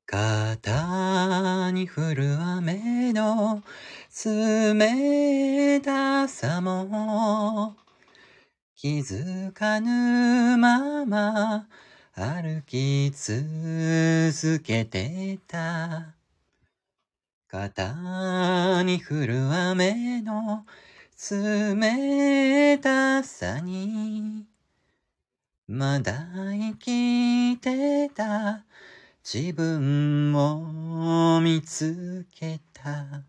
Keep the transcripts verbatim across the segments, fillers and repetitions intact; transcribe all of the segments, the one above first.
肩に降る雨の冷たさも気づかぬまま歩き続けてた。肩に降る雨の冷たさにまだ生きてた自分を見つけた。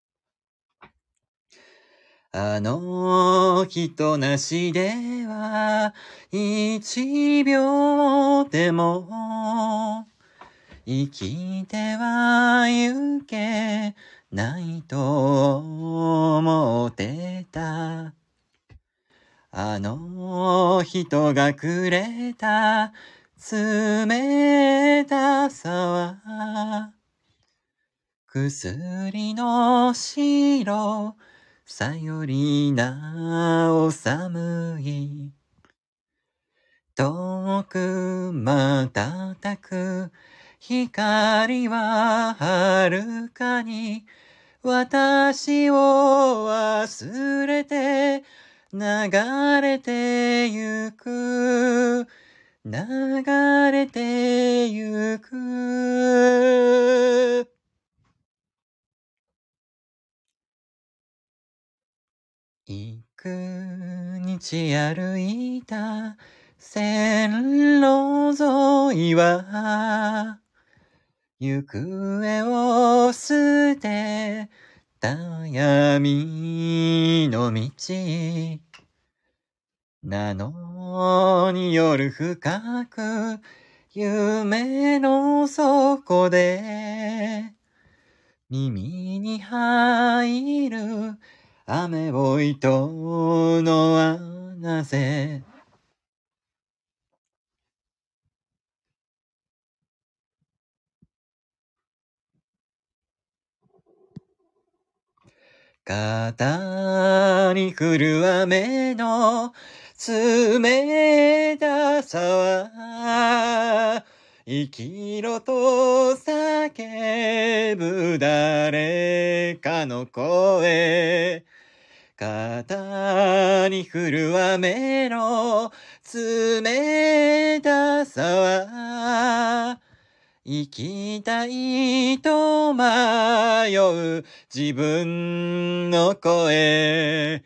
あの人なしでは一秒でも生きてはゆけないと思ってた。あの人がくれた冷たさは薬の白さよりなお寒い。遠く瞬く光は遥かに私を忘れて流れてゆく流れてゆく。幾日歩いた線路沿いは行方を捨てた闇の道なのに夜深く夢の底で耳に入る雨を糸のはなぜ。肩に降る雨の冷たさは生きろと叫ぶ誰かの声。肩に降る雨の冷たさは生きたいと迷う自分の声。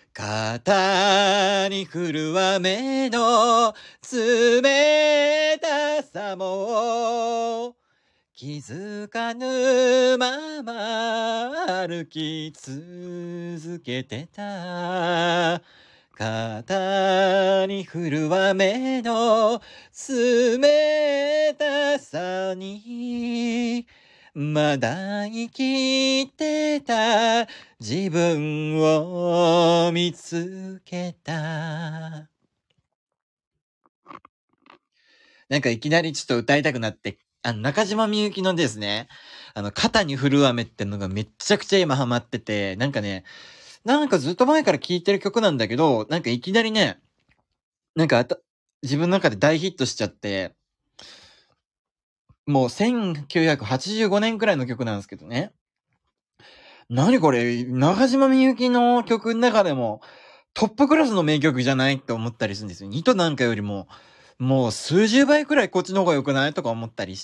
肩に降る雨の冷たさも気づかぬまま歩き続けてた。肩に降る雨の冷たさにまだ生きてた自分を見つけた。なんかいきなりちょっと歌いたくなって、あの中島みゆきのですね、あの肩に降る雨ってのがめっちゃくちゃ今ハマってて、なんかね、なんかずっと前から聴いてる曲なんだけど、なんかいきなりね、なんかあた自分の中で大ヒットしちゃって、もうせんきゅうひゃくはちじゅうごねんくらいの曲なんですけどね。なにこれ、中島みゆきの曲の中でもトップクラスの名曲じゃないって思ったりするんですよ。にとなんかよりも、もう数十倍くらいこっちの方が良くないとか思ったりして、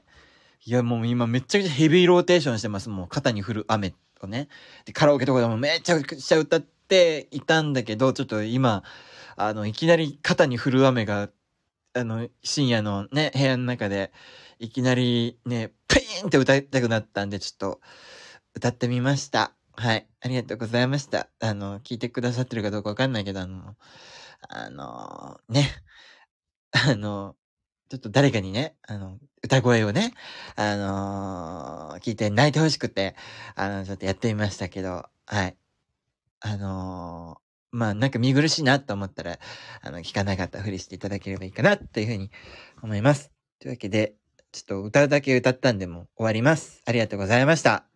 いやもう今めっちゃくちゃヘビーローテーションしてます。もう肩に降る雨をね。で、カラオケとかでもめちゃくちゃ歌っていたんだけど、ちょっと今、あの、いきなり肩に降る雨が、あの、深夜のね、部屋の中で、いきなりね、プイーンって歌いたくなったんで、ちょっと、歌ってみました。はい。ありがとうございました。あの、聞いてくださってるかどうかわかんないけど、あの、あの、ね。あの、ちょっと誰かにね、あの、歌声をね、あのー、聞いて泣いてほしくて、あの、ちょっとやってみましたけど、はい。あのー、まあ、なんか見苦しいなと思ったら、あの、聞かなかったふりしていただければいいかな、というふうに思います。というわけで、ちょっと歌うだけ歌ったんでもう終わります。ありがとうございました。